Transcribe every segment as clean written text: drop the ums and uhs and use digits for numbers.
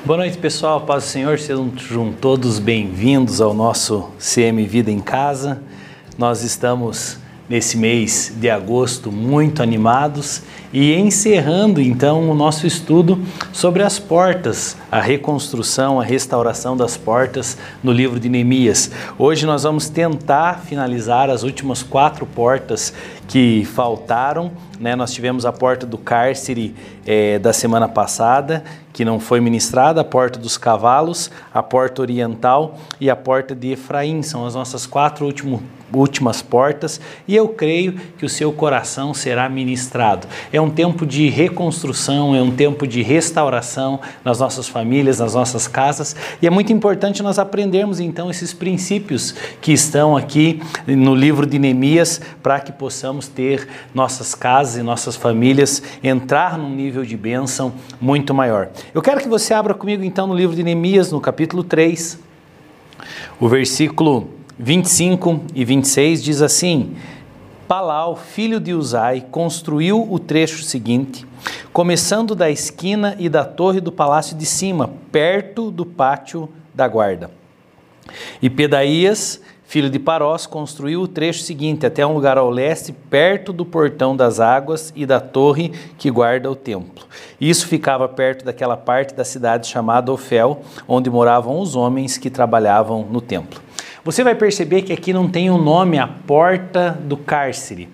Boa noite, pessoal. Paz do Senhor, sejam todos bem-vindos ao nosso CM Vida em Casa. Nós estamos nesse mês de agosto muito animados e encerrando então o nosso estudo sobre as portas, a reconstrução, a restauração das portas no livro de Neemias. Hoje nós vamos tentar finalizar as últimas 4 portas que faltaram, né? Nós tivemos a porta do cárcere da semana passada, que não foi ministrada, a porta dos cavalos, a porta oriental e a porta de Efraim. São as nossas 4 últimas portas, e eu creio que o seu coração será ministrado. É um tempo de reconstrução, é um tempo de restauração nas nossas famílias, nas nossas casas, e é muito importante nós aprendermos então esses princípios que estão aqui no livro de Neemias, para que possamos ter nossas casas e nossas famílias entrar num nível de bênção muito maior. Eu quero que você abra comigo então no livro de Neemias, no capítulo 3, o versículo 25 e 26 diz assim: Palau, filho de Uzai, construiu o trecho seguinte, começando da esquina e da torre do palácio de cima, perto do pátio da guarda. E Pedaías, filho de Parós, construiu o trecho seguinte, até um lugar ao leste, perto do portão das águas e da torre que guarda o templo. Isso ficava perto daquela parte da cidade chamada Ofel, onde moravam os homens que trabalhavam no templo. Você vai perceber que aqui não tem o nome, a porta do cárcere,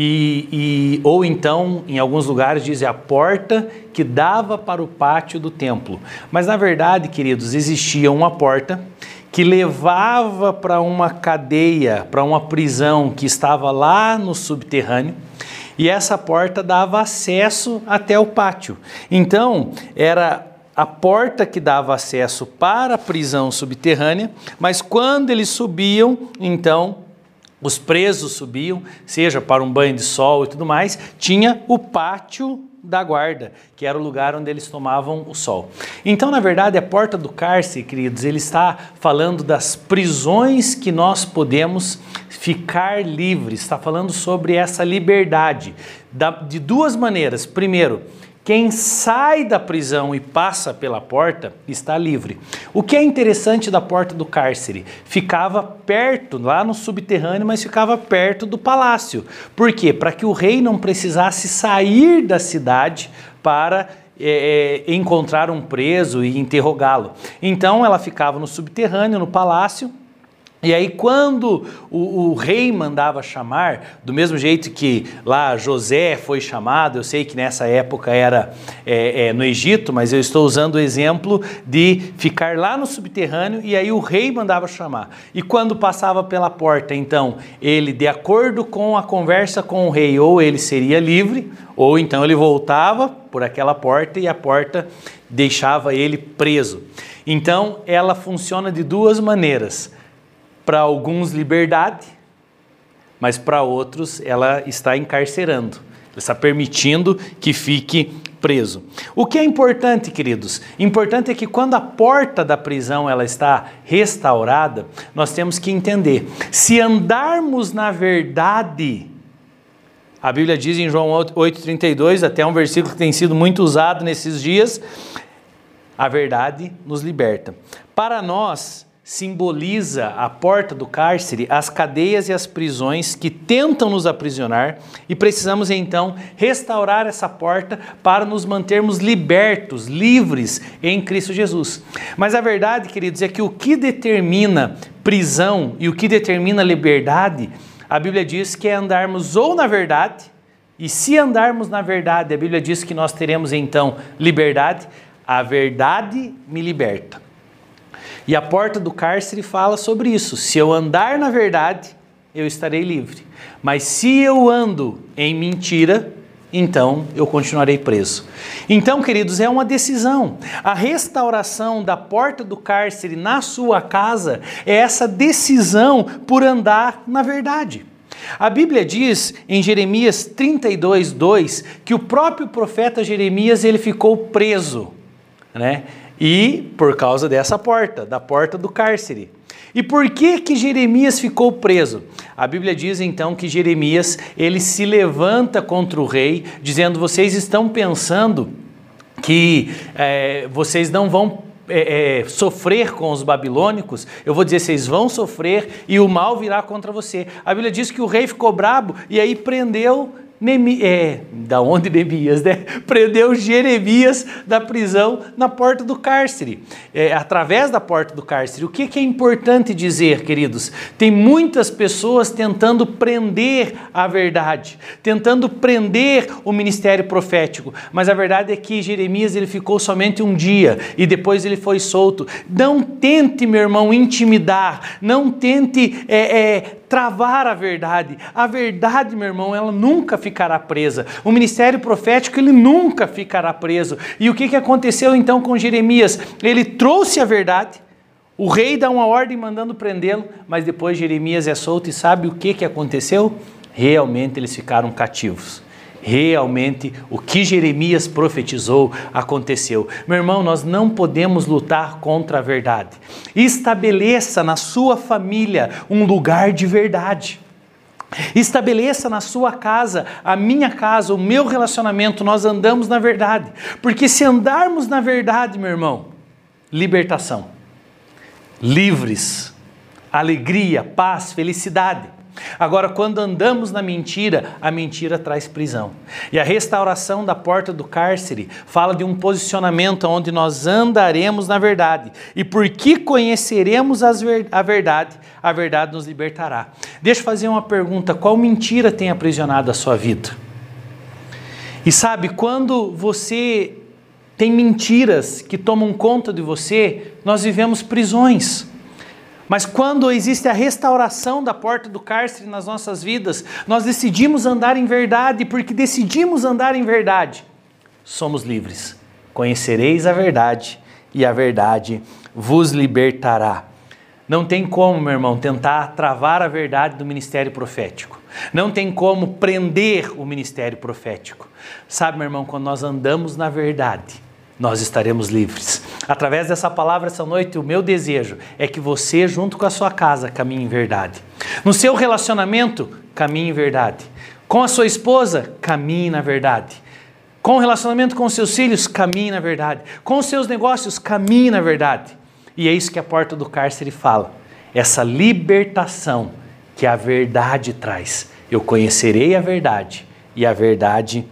ou então, em alguns lugares, diz a porta que dava para o pátio do templo. Mas, na verdade, queridos, existia uma porta que levava para uma cadeia, para uma prisão que estava lá no subterrâneo, e essa porta dava acesso até o pátio. Então, era a porta que dava acesso para a prisão subterrânea, mas quando eles subiam, então, os presos subiam, seja para um banho de sol e tudo mais, tinha o pátio da guarda, que era o lugar onde eles tomavam o sol. Então, na verdade, a porta do cárcere, queridos, ele está falando das prisões que nós podemos ficar livres, está falando sobre essa liberdade, de 2 maneiras. Primeiro, quem sai da prisão e passa pela porta está livre. O que é interessante da porta do cárcere? Ficava perto, lá no subterrâneo, mas ficava perto do palácio. Por quê? Para que o rei não precisasse sair da cidade para encontrar um preso e interrogá-lo. Então ela ficava no subterrâneo, no palácio. E aí quando o rei mandava chamar, do mesmo jeito que lá José foi chamado, eu sei que nessa época era no Egito, mas eu estou usando o exemplo de ficar lá no subterrâneo e aí o rei mandava chamar. E quando passava pela porta, então, ele, de acordo com a conversa com o rei, ou ele seria livre, ou então ele voltava por aquela porta e a porta deixava ele preso. Então ela funciona de 2 maneiras. Para alguns liberdade, mas para outros ela está encarcerando, está permitindo que fique preso. O que é importante, queridos? Importante é que quando a porta da prisão ela está restaurada, nós temos que entender, se andarmos na verdade, a Bíblia diz em João 8,32, até um versículo que tem sido muito usado nesses dias, a verdade nos liberta. Para nós, simboliza a porta do cárcere, as cadeias e as prisões que tentam nos aprisionar, e precisamos então restaurar essa porta para nos mantermos libertos, livres em Cristo Jesus. Mas a verdade, queridos, é que o que determina prisão e o que determina liberdade, a Bíblia diz que é andarmos ou na verdade, e se andarmos na verdade, a Bíblia diz que nós teremos então liberdade, a verdade me liberta. E a porta do cárcere fala sobre isso. Se eu andar na verdade, eu estarei livre. Mas se eu ando em mentira, então eu continuarei preso. Então, queridos, é uma decisão. A restauração da porta do cárcere na sua casa é essa decisão por andar na verdade. A Bíblia diz em Jeremias 32:2 que o próprio profeta Jeremias ele ficou preso, né? E por causa dessa porta, da porta do cárcere. E por que Jeremias ficou preso? A Bíblia diz então que Jeremias, ele se levanta contra o rei, dizendo: vocês estão pensando que vocês não vão sofrer com os babilônicos, eu vou dizer, vocês vão sofrer e o mal virá contra você. A Bíblia diz que o rei ficou brabo e aí prendeu Neemias, né? Prendeu Jeremias da prisão na porta do cárcere, através da porta do cárcere. O que é importante dizer, queridos? Tem muitas pessoas tentando prender a verdade, tentando prender o ministério profético, mas a verdade é que Jeremias ele ficou somente um dia e depois ele foi solto. Não tente, meu irmão, intimidar, não tente travar a verdade. A verdade, meu irmão, ela nunca ficará presa. O ministério profético, ele nunca ficará preso. E o que aconteceu então com Jeremias? Ele trouxe a verdade, o rei dá uma ordem mandando prendê-lo, mas depois Jeremias é solto e sabe o que aconteceu? Realmente eles ficaram cativos. Realmente o que Jeremias profetizou aconteceu. Meu irmão, nós não podemos lutar contra a verdade. Estabeleça na sua família um lugar de verdade. Estabeleça na sua casa, a minha casa, o meu relacionamento, nós andamos na verdade. Porque se andarmos na verdade, meu irmão, libertação, livres, alegria, paz, felicidade. Agora, quando andamos na mentira, a mentira traz prisão. E a restauração da porta do cárcere fala de um posicionamento onde nós andaremos na verdade. E porque conheceremos a verdade nos libertará. Deixa eu fazer uma pergunta: qual mentira tem aprisionado a sua vida? E sabe, quando você tem mentiras que tomam conta de você, nós vivemos prisões. Mas quando existe a restauração da porta do cárcere nas nossas vidas, nós decidimos andar em verdade, porque decidimos andar em verdade, somos livres. Conhecereis a verdade e a verdade vos libertará. Não tem como, meu irmão, tentar travar a verdade do ministério profético. Não tem como prender o ministério profético. Sabe, meu irmão, quando nós andamos na verdade, nós estaremos livres. Através dessa palavra essa noite, o meu desejo é que você, junto com a sua casa, caminhe em verdade. No seu relacionamento, caminhe em verdade. Com a sua esposa, caminhe na verdade. Com o relacionamento com os seus filhos, caminhe na verdade. Com os seus negócios, caminhe na verdade. E é isso que a porta do cárcere fala. Essa libertação que a verdade traz. Eu conhecerei a verdade e a verdade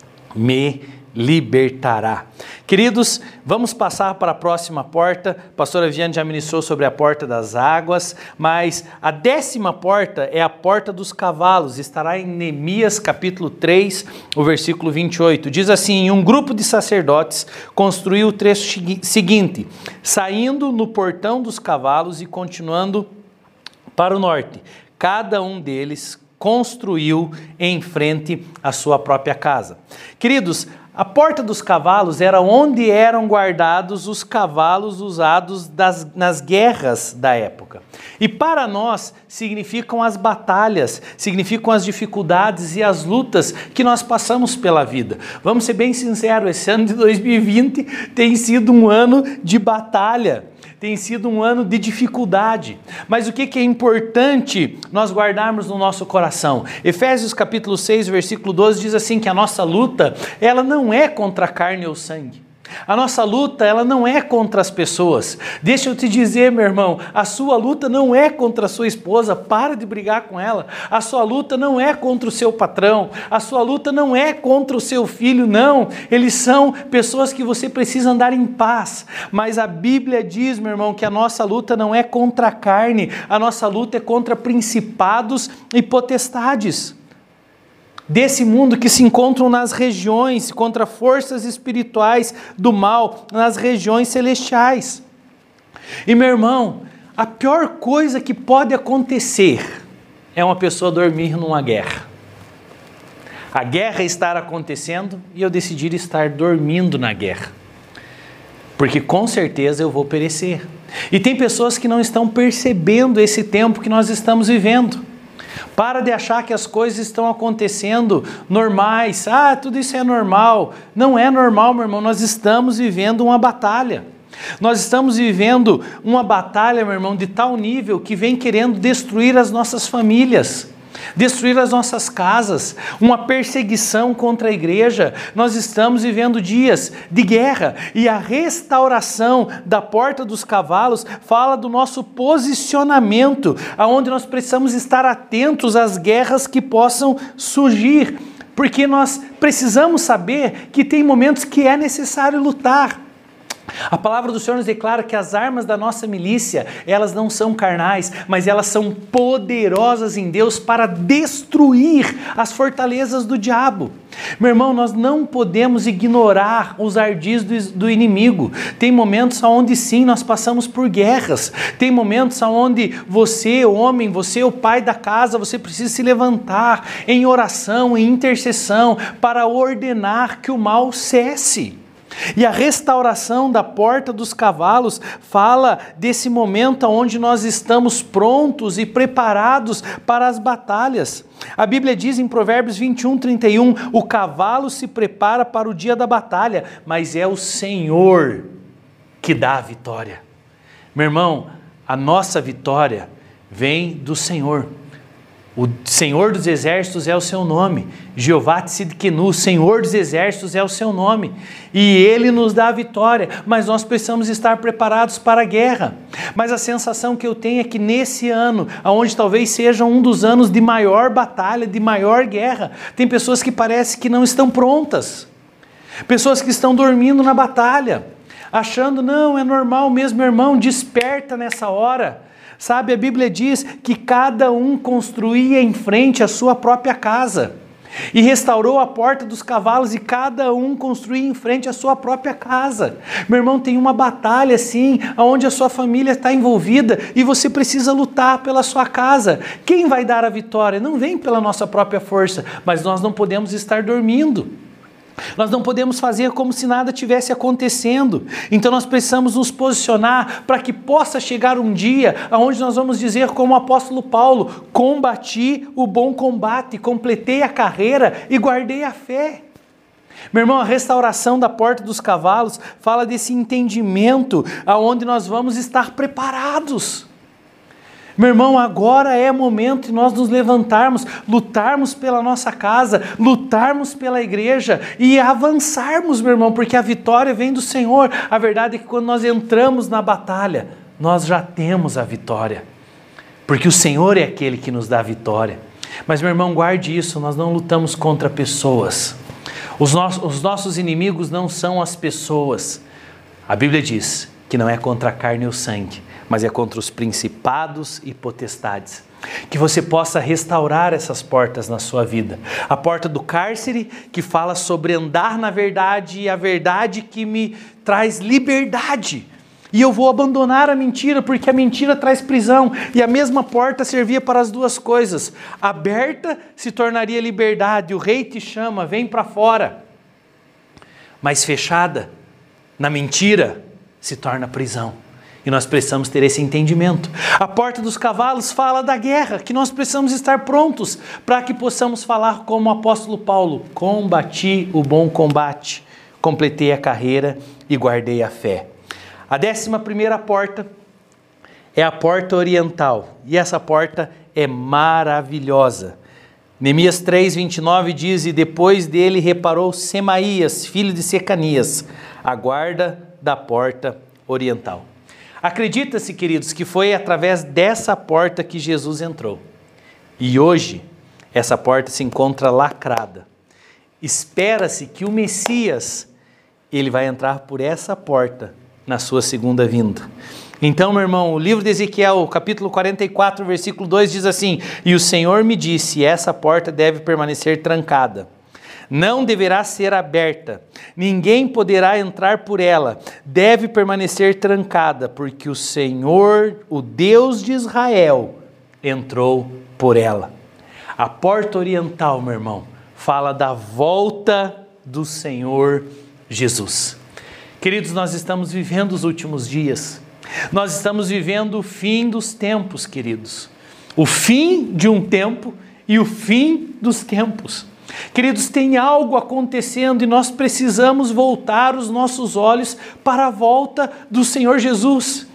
me libertará. Queridos, vamos passar para a próxima porta. A pastora Viane já ministrou sobre a porta das águas, mas a 10ª porta é a porta dos cavalos. Estará em Neemias capítulo 3, o versículo 28. Diz assim: um grupo de sacerdotes construiu o trecho seguinte, saindo no portão dos cavalos e continuando para o norte. Cada um deles construiu em frente à sua própria casa. Queridos, a porta dos cavalos era onde eram guardados os cavalos usados nas guerras da época. E para nós significam as batalhas, significam as dificuldades e as lutas que nós passamos pela vida. Vamos ser bem sinceros, esse ano de 2020 tem sido um ano de batalha. Tem sido um ano de dificuldade, mas o que é importante nós guardarmos no nosso coração? Efésios capítulo 6, versículo 12 diz assim que a nossa luta, ela não é contra a carne ou sangue. A nossa luta, ela não é contra as pessoas. Deixa eu te dizer, meu irmão, a sua luta não é contra a sua esposa, para de brigar com ela. A sua luta não é contra o seu patrão, a sua luta não é contra o seu filho, não. Eles são pessoas que você precisa andar em paz. Mas a Bíblia diz, meu irmão, que a nossa luta não é contra a carne, a nossa luta é contra principados e potestades desse mundo que se encontram nas regiões, contra forças espirituais do mal, nas regiões celestiais. E meu irmão, a pior coisa que pode acontecer é uma pessoa dormir numa guerra. A guerra estar acontecendo e eu decidir estar dormindo na guerra. Porque com certeza eu vou perecer. E tem pessoas que não estão percebendo esse tempo que nós estamos vivendo. Para de achar que as coisas estão acontecendo normais. Ah, tudo isso é normal. Não é normal, meu irmão. Nós estamos vivendo uma batalha. Nós estamos vivendo uma batalha, meu irmão, de tal nível que vem querendo destruir as nossas famílias. destruir as nossas casas, uma perseguição contra a igreja. Nós estamos vivendo dias de guerra e a restauração da porta dos cavalos fala do nosso posicionamento, aonde nós precisamos estar atentos às guerras que possam surgir, porque nós precisamos saber que tem momentos que é necessário lutar. A palavra do Senhor nos declara que as armas da nossa milícia, elas não são carnais, mas elas são poderosas em Deus para destruir as fortalezas do diabo. Meu irmão, nós não podemos ignorar os ardis do inimigo. Tem momentos onde sim, nós passamos por guerras. Tem momentos onde você, homem, você, o pai da casa, você precisa se levantar em oração, em intercessão, para ordenar que o mal cesse. E a restauração da porta dos cavalos fala desse momento onde nós estamos prontos e preparados para as batalhas. A Bíblia diz em Provérbios 21:31, o cavalo se prepara para o dia da batalha, mas é o Senhor que dá a vitória. Meu irmão, a nossa vitória vem do Senhor. O Senhor dos Exércitos é o seu nome, Jeová Tsidkenu, Senhor dos Exércitos é o seu nome, e Ele nos dá a vitória, mas nós precisamos estar preparados para a guerra. Mas a sensação que eu tenho é que nesse ano, onde talvez seja um dos anos de maior batalha, de maior guerra, tem pessoas que parece que não estão prontas, pessoas que estão dormindo na batalha, achando, não, é normal mesmo, meu irmão, desperta nessa hora. Sabe, a Bíblia diz que cada um construía em frente a sua própria casa e restaurou a porta dos cavalos e cada um construía em frente a sua própria casa. Meu irmão, tem uma batalha assim, onde a sua família está envolvida e você precisa lutar pela sua casa. Quem vai dar a vitória? Não vem pela nossa própria força, mas nós não podemos estar dormindo. Nós não podemos fazer como se nada tivesse acontecendo. Então nós precisamos nos posicionar para que possa chegar um dia onde nós vamos dizer como o apóstolo Paulo, combati o bom combate, completei a carreira e guardei a fé. Meu irmão, a restauração da porta dos cavalos fala desse entendimento aonde nós vamos estar preparados. Meu irmão, agora é momento de nós nos levantarmos, lutarmos pela nossa casa, lutarmos pela igreja e avançarmos, meu irmão, porque a vitória vem do Senhor. A verdade é que quando nós entramos na batalha, nós já temos a vitória, porque o Senhor é aquele que nos dá a vitória. Mas, meu irmão, guarde isso, nós não lutamos contra pessoas. Os nossos inimigos não são as pessoas. A Bíblia diz que não é contra a carne ou sangue, mas é contra os principados e potestades. Que você possa restaurar essas portas na sua vida. A porta do cárcere, que fala sobre andar na verdade, e a verdade que me traz liberdade. E eu vou abandonar a mentira, porque a mentira traz prisão. E a mesma porta servia para as duas coisas. Aberta se tornaria liberdade, o rei te chama, vem para fora. Mas fechada, na mentira, se torna prisão. E nós precisamos ter esse entendimento. A porta dos cavalos fala da guerra, que nós precisamos estar prontos para que possamos falar como o apóstolo Paulo, combati o bom combate, completei a carreira e guardei a fé. A 11ª porta é a porta oriental, e essa porta é maravilhosa. Neemias 3:29 diz, e depois dele reparou Semaías, filho de Secanias, a guarda da porta oriental. Acredita-se, queridos, que foi através dessa porta que Jesus entrou. E hoje, essa porta se encontra lacrada. Espera-se que o Messias, ele vai entrar por essa porta na sua segunda vinda. Então, meu irmão, o livro de Ezequiel, capítulo 44, versículo 2 diz assim, e o Senhor me disse, essa porta deve permanecer trancada. Não deverá ser aberta, ninguém poderá entrar por ela, deve permanecer trancada, porque o Senhor, o Deus de Israel, entrou por ela. A porta oriental, meu irmão, fala da volta do Senhor Jesus. Queridos, nós estamos vivendo os últimos dias, nós estamos vivendo o fim dos tempos, queridos. O fim de um tempo e o fim dos tempos. Queridos, tem algo acontecendo e nós precisamos voltar os nossos olhos para a volta do Senhor Jesus.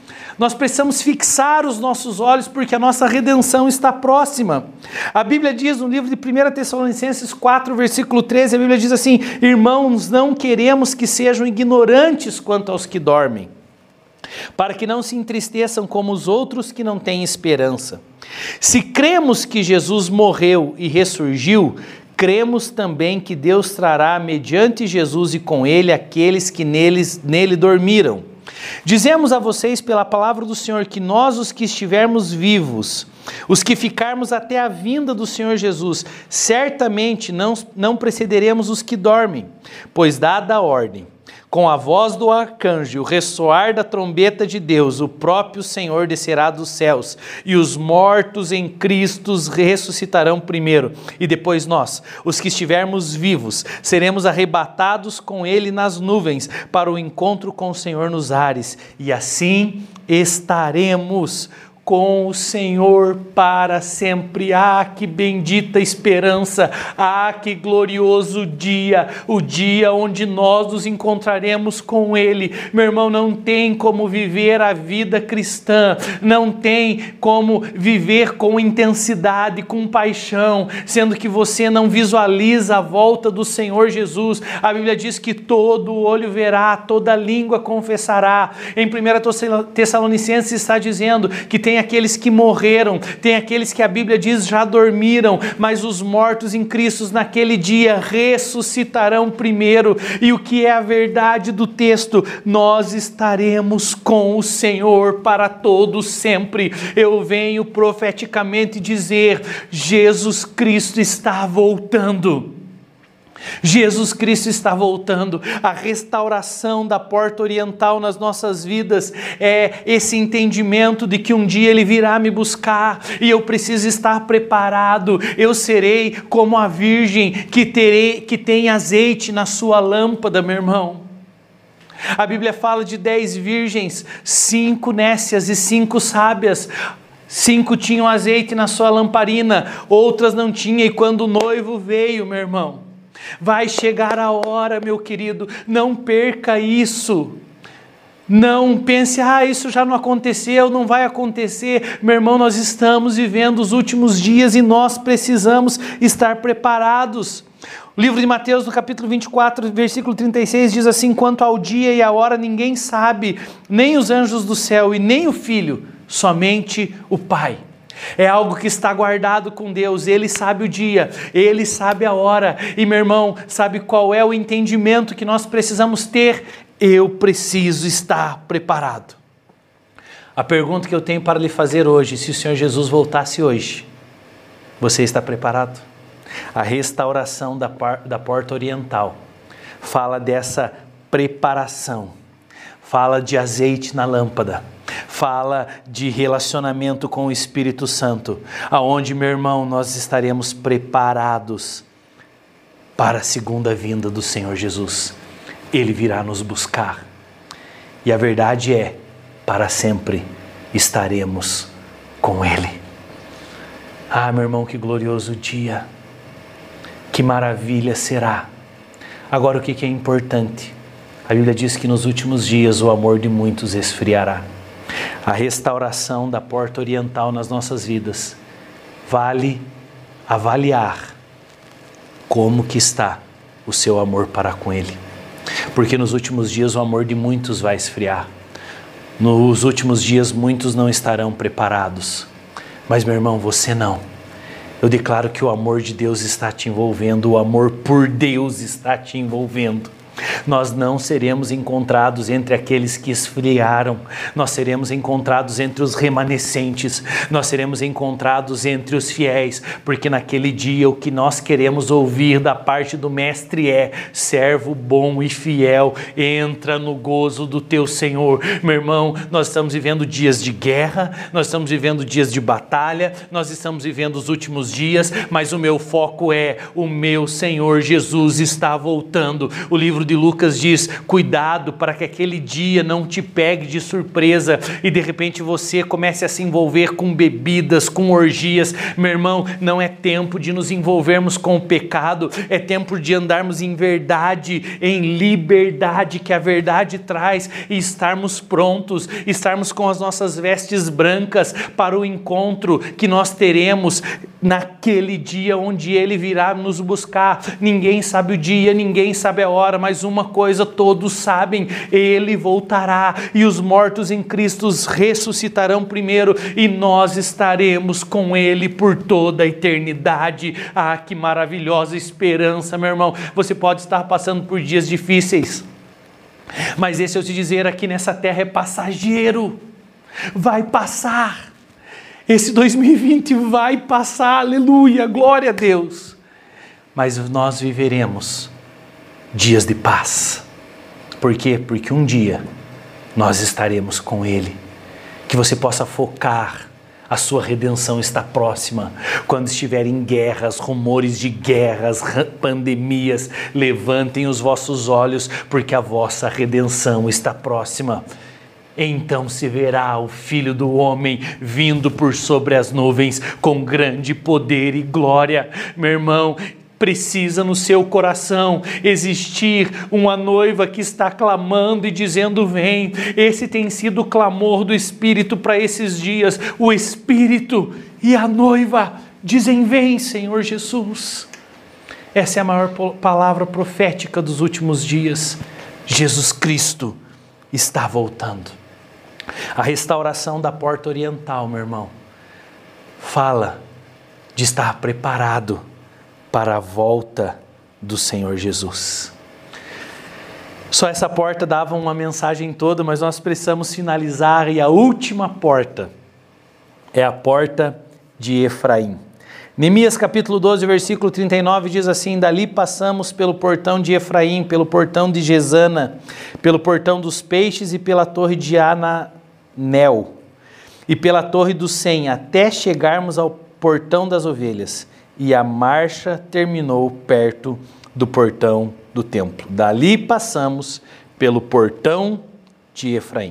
Nós precisamos fixar os nossos olhos porque a nossa redenção está próxima. A Bíblia diz no livro de 1 Tessalonicenses 4, versículo 13, a Bíblia diz assim: irmãos, não queremos que sejam ignorantes quanto aos que dormem, para que não se entristeçam como os outros que não têm esperança. Se cremos que Jesus morreu e ressurgiu, cremos também que Deus trará mediante Jesus e com ele aqueles que nele dormiram. Dizemos a vocês pela palavra do Senhor que nós, os que estivermos vivos, os que ficarmos até a vinda do Senhor Jesus, certamente não precederemos os que dormem, pois dada a ordem, com a voz do arcanjo, o ressoar da trombeta de Deus, o próprio Senhor descerá dos céus, e os mortos em Cristo ressuscitarão primeiro, e depois nós, os que estivermos vivos, seremos arrebatados com Ele nas nuvens, para o encontro com o Senhor nos ares, e assim estaremos com o Senhor para sempre. Ah, que bendita esperança! Ah, que glorioso dia! O dia onde nós nos encontraremos com Ele. Meu irmão, não tem como viver a vida cristã, não tem como viver com intensidade, com paixão, sendo que você não visualiza a volta do Senhor Jesus. A Bíblia diz que todo olho verá, toda língua confessará. Em 1 Tessalonicenses está dizendo que tem aqueles que morreram, tem aqueles que a Bíblia diz já dormiram, mas os mortos em Cristo naquele dia ressuscitarão primeiro. E o que é a verdade do texto? Nós estaremos com o Senhor para todos sempre. Eu venho profeticamente dizer: Jesus Cristo está voltando. Jesus Cristo está voltando. A restauração da porta oriental nas nossas vidas é esse entendimento de que um dia Ele virá me buscar e eu preciso estar preparado. Eu serei como a virgem que tem azeite na sua lâmpada, meu irmão. A Bíblia fala de 10 virgens, 5 nécias e 5 sábias. 5 tinham azeite na sua lamparina, outras não tinham, e quando o noivo veio, meu irmão, vai chegar a hora, meu querido, não perca isso. Não pense, isso já não aconteceu, não vai acontecer. Meu irmão, nós estamos vivendo os últimos dias e nós precisamos estar preparados. O livro de Mateus, no capítulo 24, versículo 36, diz assim: quanto ao dia e à hora ninguém sabe, nem os anjos do céu e nem o Filho, somente o Pai. É algo que está guardado com Deus. Ele sabe o dia, Ele sabe a hora. E meu irmão, sabe qual é o entendimento que nós precisamos ter? Eu preciso estar preparado. A pergunta que eu tenho para lhe fazer hoje: se o Senhor Jesus voltasse hoje, você está preparado? A restauração da porta oriental fala dessa preparação, fala de azeite na lâmpada, fala de relacionamento com o Espírito Santo, aonde, meu irmão, nós estaremos preparados para a segunda vinda do Senhor Jesus. Ele virá nos buscar, e a verdade é, para sempre estaremos com Ele. Ah, meu irmão, que glorioso dia, que maravilha será. Agora, o que é importante? A Bíblia diz que nos últimos dias o amor de muitos esfriará. A restauração da porta oriental nas nossas vidas vale avaliar como que está o seu amor para com Ele. Porque nos últimos dias o amor de muitos vai esfriar. Nos últimos dias muitos não estarão preparados. Mas, meu irmão, você não. Eu declaro que o amor de Deus está te envolvendo, o amor por Deus está te envolvendo. Nós não seremos encontrados entre aqueles que esfriaram, nós seremos encontrados entre os remanescentes, nós seremos encontrados entre os fiéis, porque naquele dia o que nós queremos ouvir da parte do Mestre é: servo bom e fiel, entra no gozo do teu Senhor. Meu irmão, nós estamos vivendo dias de guerra, nós estamos vivendo dias de batalha, nós estamos vivendo os últimos dias, mas o meu foco é: o meu Senhor Jesus está voltando. O livro de Lucas diz: cuidado para que aquele dia não te pegue de surpresa e de repente você comece a se envolver com bebidas, com orgias. Meu irmão, não é tempo de nos envolvermos com o pecado, é tempo de andarmos em verdade, em liberdade que a verdade traz, e estarmos prontos, estarmos com as nossas vestes brancas para o encontro que nós teremos naquele dia onde Ele virá nos buscar. Ninguém sabe o dia, ninguém sabe a hora, mas uma coisa todos sabem: Ele voltará e os mortos em Cristo ressuscitarão primeiro e nós estaremos com Ele por toda a eternidade. Ah, que maravilhosa esperança, meu irmão. Você pode estar passando por dias difíceis, mas esse eu te dizer aqui nessa terra é passageiro, vai passar. Esse 2020 vai passar, aleluia, glória a Deus. Mas nós viveremos dias de paz. Por quê? Porque um dia nós estaremos com Ele. Que você possa focar, a sua redenção está próxima. Quando estiverem guerras, rumores de guerras, pandemias, levantem os vossos olhos, porque a vossa redenção está próxima. Então se verá o Filho do Homem vindo por sobre as nuvens com grande poder e glória. Meu irmão, precisa no seu coração existir uma noiva que está clamando e dizendo: vem. Esse tem sido o clamor do Espírito para esses dias. O Espírito e a noiva dizem: vem, Senhor Jesus. Essa é a maior palavra profética dos últimos dias. Jesus Cristo está voltando. A restauração da porta oriental, meu irmão, fala de estar preparado para a volta do Senhor Jesus. Só essa porta dava uma mensagem toda, mas nós precisamos finalizar, e a última porta é a porta de Efraim. Neemias capítulo 12, versículo 39 diz assim: dali passamos pelo portão de Efraim, pelo portão de Gesana, pelo portão dos peixes e pela torre de Ananel, e pela torre do Sem, até chegarmos ao portão das ovelhas. E a marcha terminou perto do portão do templo. Dali passamos pelo portão de Efraim.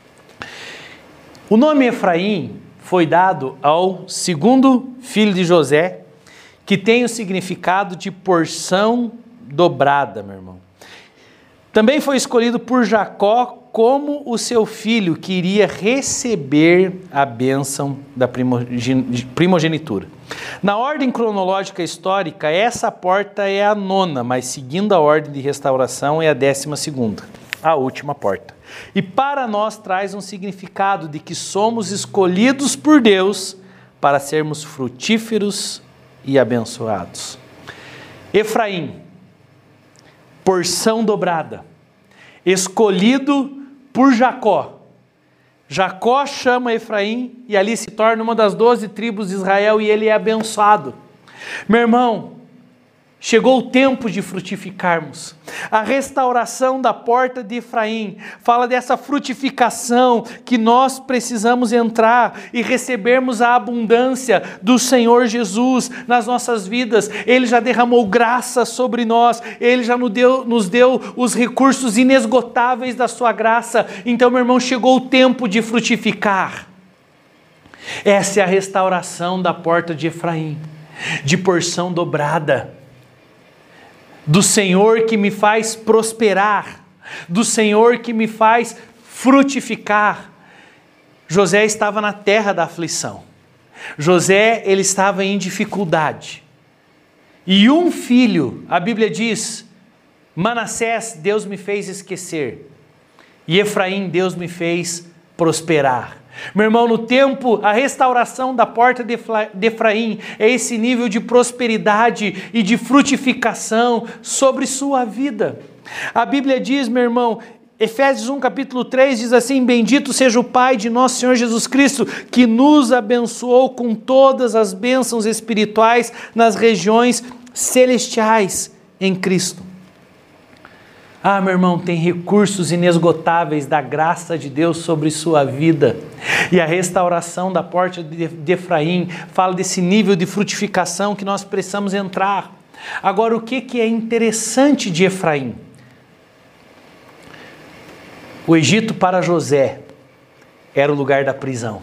O nome Efraim foi dado ao segundo filho de José, que tem o significado de porção dobrada, meu irmão. Também foi escolhido por Jacó como o seu filho que iria receber a bênção da primogenitura. Na ordem cronológica histórica, essa porta é a 9ª, mas seguindo a ordem de restauração é a 12ª, a última porta. E para nós traz um significado de que somos escolhidos por Deus para sermos frutíferos e abençoados. Efraim, porção dobrada, escolhido por Jacó. Jacó chama Efraim e ali se torna uma das 12 tribos de Israel e ele é abençoado. Meu irmão, chegou o tempo de frutificarmos. A restauração da porta de Efraim fala dessa frutificação que nós precisamos entrar e recebermos a abundância do Senhor Jesus nas nossas vidas. Ele já derramou graça sobre nós, Ele já nos deu os recursos inesgotáveis da sua graça. Então, meu irmão, chegou o tempo de frutificar. Essa é a restauração da porta de Efraim, de porção dobrada. Do Senhor que me faz prosperar, do Senhor que me faz frutificar. José estava na terra da aflição. José, ele estava em dificuldade. E um filho, a Bíblia diz, Manassés, Deus me fez esquecer. E Efraim, Deus me fez prosperar. Meu irmão, no tempo, a restauração da porta de Efraim é esse nível de prosperidade e de frutificação sobre sua vida. A Bíblia diz, meu irmão, Efésios 1, capítulo 3, diz assim: bendito seja o Pai de nosso Senhor Jesus Cristo, que nos abençoou com todas as bênçãos espirituais nas regiões celestiais em Cristo. Ah, meu irmão, tem recursos inesgotáveis da graça de Deus sobre sua vida. E a restauração da porta de Efraim fala desse nível de frutificação que nós precisamos entrar. Agora, o que é interessante de Efraim? O Egito para José era o lugar da prisão.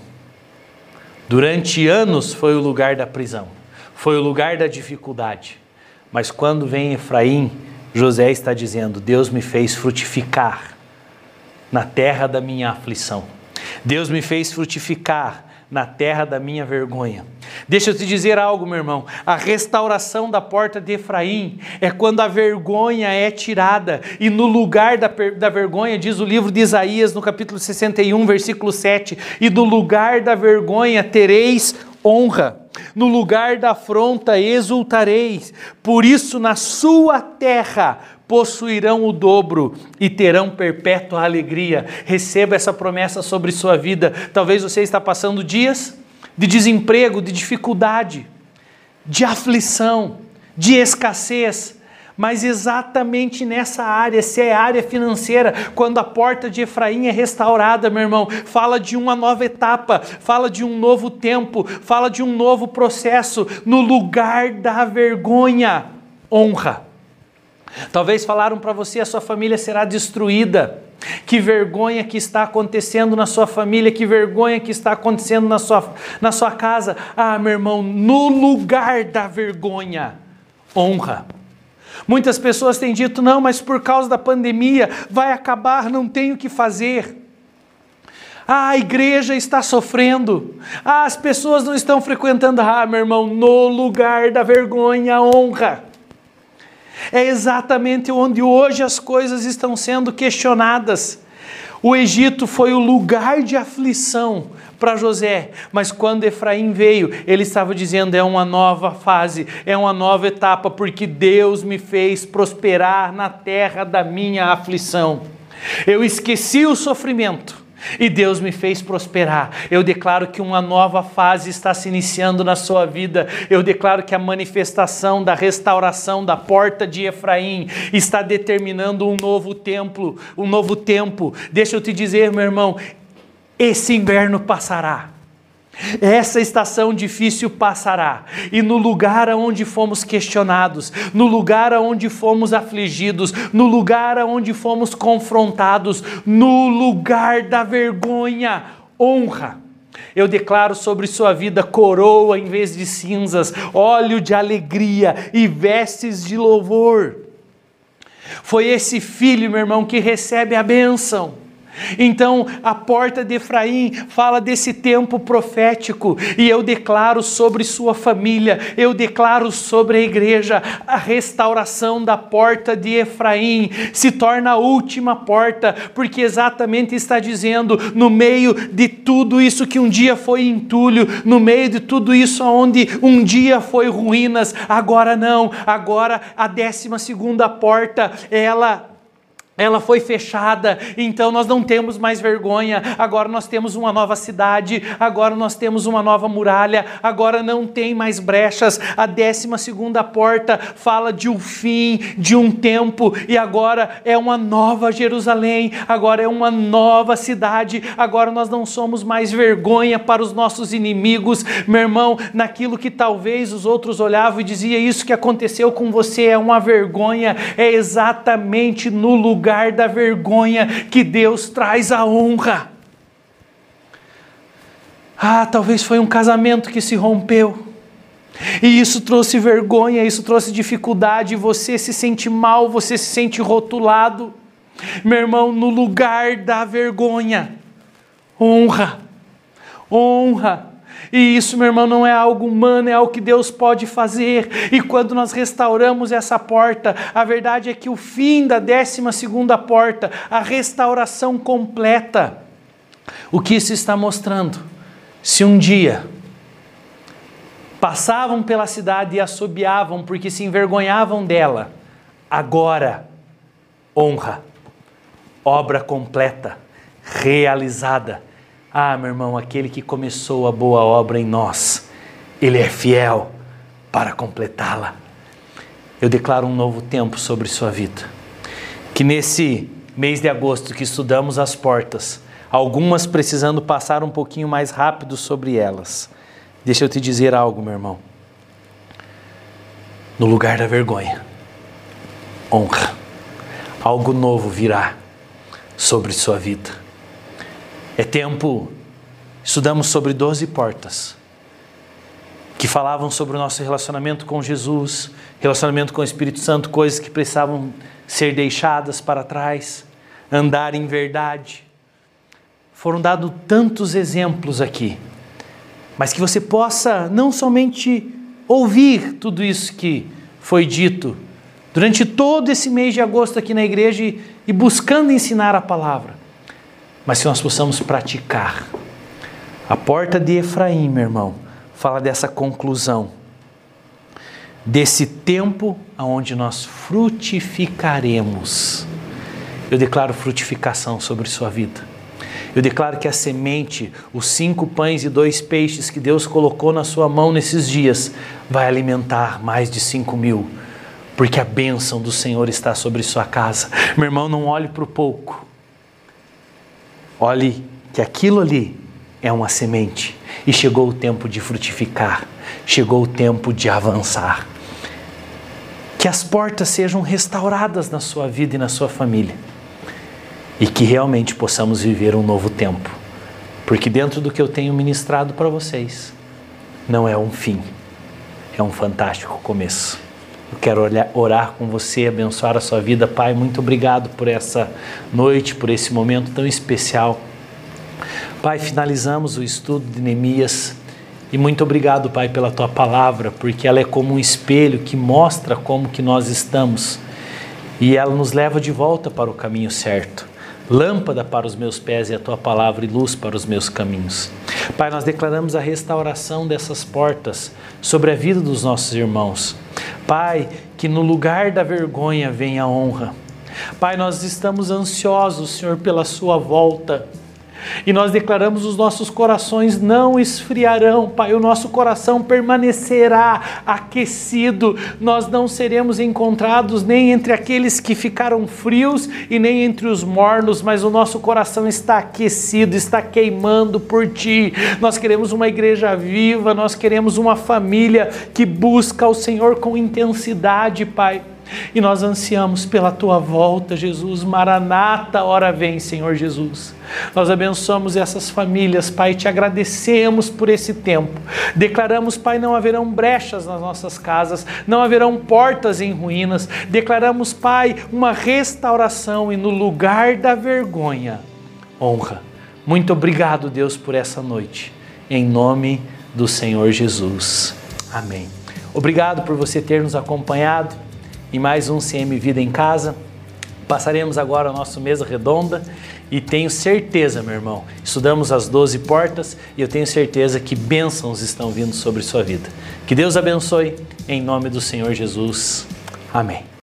Durante anos foi o lugar da prisão, foi o lugar da dificuldade. Mas quando vem Efraim, José está dizendo: Deus me fez frutificar na terra da minha aflição. Deus me fez frutificar na terra da minha vergonha. Deixa eu te dizer algo, meu irmão. A restauração da porta de Efraim é quando a vergonha é tirada. E no lugar da vergonha, diz o livro de Isaías, no capítulo 61, versículo 7, e do lugar da vergonha tereis honra. No lugar da afronta exultareis. Por isso na sua terra possuirão o dobro e terão perpétua alegria. Receba essa promessa sobre sua vida. Talvez você está passando dias de desemprego, de dificuldade, de aflição, de escassez, mas exatamente nessa área, se é área financeira, quando a porta de Efraim é restaurada, meu irmão, fala de uma nova etapa, fala de um novo tempo, fala de um novo processo. No lugar da vergonha, honra. Talvez falaram para você: a sua família será destruída. Que vergonha que está acontecendo na sua família, que vergonha que está acontecendo na sua casa. Ah, meu irmão, no lugar da vergonha, honra. Muitas pessoas têm dito: não, mas por causa da pandemia vai acabar, não tenho o que fazer. Ah, a igreja está sofrendo. Ah, as pessoas não estão frequentando. Ah, meu irmão, no lugar da vergonha, honra. É exatamente onde hoje as coisas estão sendo questionadas. O Egito foi o lugar de aflição para José, mas quando Efraim veio, ele estava dizendo: é uma nova fase, é uma nova etapa, porque Deus me fez prosperar na terra da minha aflição. Eu esqueci o sofrimento e Deus me fez prosperar. Eu declaro que uma nova fase está se iniciando na sua vida. Eu declaro que a manifestação da restauração da porta de Efraim está determinando um novo tempo. Deixa eu te dizer, meu irmão, esse inverno passará. Essa estação difícil passará, e no lugar onde fomos questionados, no lugar onde fomos afligidos, no lugar onde fomos confrontados, no lugar da vergonha, honra. Eu declaro sobre sua vida coroa em vez de cinzas, óleo de alegria e vestes de louvor. Foi esse filho, meu irmão, que recebe a bênção. Então a porta de Efraim fala desse tempo profético, e eu declaro sobre sua família, eu declaro sobre a igreja, a restauração da porta de Efraim se torna a última porta, porque exatamente está dizendo: no meio de tudo isso que um dia foi entulho, no meio de tudo isso onde um dia foi ruínas, agora não, agora a 12ª porta, ela foi fechada, então nós não temos mais vergonha, agora nós temos uma nova cidade, agora nós temos uma nova muralha, agora não tem mais brechas. A 12ª porta fala de um fim, de um tempo, e agora é uma nova Jerusalém, agora é uma nova cidade, agora nós não somos mais vergonha para os nossos inimigos, meu irmão, naquilo que talvez os outros olhavam e diziam: isso que aconteceu com você é uma vergonha, é exatamente no lugar da vergonha que Deus traz a honra. Ah, talvez foi um casamento que se rompeu, e isso trouxe vergonha, isso trouxe dificuldade, você se sente mal, você se sente rotulado. Meu irmão, no lugar da vergonha, honra, honra. E isso, meu irmão, não é algo humano, é algo que Deus pode fazer. E quando nós restauramos essa porta, a verdade é que o fim da 12ª porta, a restauração completa. O que isso está mostrando? Se um dia passavam pela cidade e assobiavam porque se envergonhavam dela, agora, honra, obra completa, realizada. Ah, meu irmão, aquele que começou a boa obra em nós, Ele é fiel para completá-la. Eu declaro um novo tempo sobre sua vida. Que nesse mês de agosto que estudamos as portas, algumas precisando passar um pouquinho mais rápido sobre elas. Deixa eu te dizer algo, meu irmão. No lugar da vergonha, honra. Algo novo virá. sobre sua vida. É tempo, estudamos sobre 12 portas, que falavam sobre o nosso relacionamento com Jesus, relacionamento com o Espírito Santo, coisas que precisavam ser deixadas para trás, andar em verdade. Foram dados tantos exemplos aqui, mas que você possa não somente ouvir tudo isso que foi dito durante todo esse mês de agosto aqui na igreja e buscando ensinar a palavra, mas que nós possamos praticar. A porta de Efraim, meu irmão, fala dessa conclusão, desse tempo onde nós frutificaremos. Eu declaro frutificação sobre sua vida. Eu declaro que a semente, os 5 pães e 2 peixes que Deus colocou na sua mão nesses dias, vai alimentar mais de 5.000, porque a bênção do Senhor está sobre sua casa. Meu irmão, não olhe para o pouco. Olhe que aquilo ali é uma semente e chegou o tempo de frutificar, chegou o tempo de avançar. Que as portas sejam restauradas na sua vida e na sua família e que realmente possamos viver um novo tempo, porque dentro do que eu tenho ministrado para vocês, não é um fim, é um fantástico começo. Eu quero orar com você, abençoar a sua vida. Pai, muito obrigado por essa noite, por esse momento tão especial. Pai, finalizamos o estudo de Neemias e muito obrigado, Pai, pela Tua palavra, porque ela é como um espelho que mostra como que nós estamos e ela nos leva de volta para o caminho certo. Lâmpada para os meus pés e a Tua palavra e luz para os meus caminhos. Pai, nós declaramos a restauração dessas portas sobre a vida dos nossos irmãos. Pai, que no lugar da vergonha venha a honra. Pai, nós estamos ansiosos, Senhor, pela Sua volta. E nós declaramos os nossos corações não esfriarão, Pai, o nosso coração permanecerá aquecido, nós não seremos encontrados nem entre aqueles que ficaram frios e nem entre os mornos, mas o nosso coração está aquecido, está queimando por Ti. Nós queremos uma igreja viva, nós queremos uma família que busca o Senhor com intensidade, Pai. E nós ansiamos pela Tua volta, Jesus. Maranata, ora vem, Senhor Jesus. Nós abençoamos essas famílias, Pai, te agradecemos por esse tempo. Declaramos, Pai, não haverão brechas nas nossas casas, não haverão portas em ruínas. Declaramos, Pai, uma restauração e no lugar da vergonha, honra. Muito obrigado, Deus, por essa noite. Em nome do Senhor Jesus. Amém. Obrigado por você ter nos acompanhado em mais um CM Vida em Casa. Passaremos agora a nossa mesa redonda e tenho certeza, meu irmão, estudamos as 12 portas e eu tenho certeza que bênçãos estão vindo sobre sua vida. Que Deus abençoe em nome do Senhor Jesus. Amém.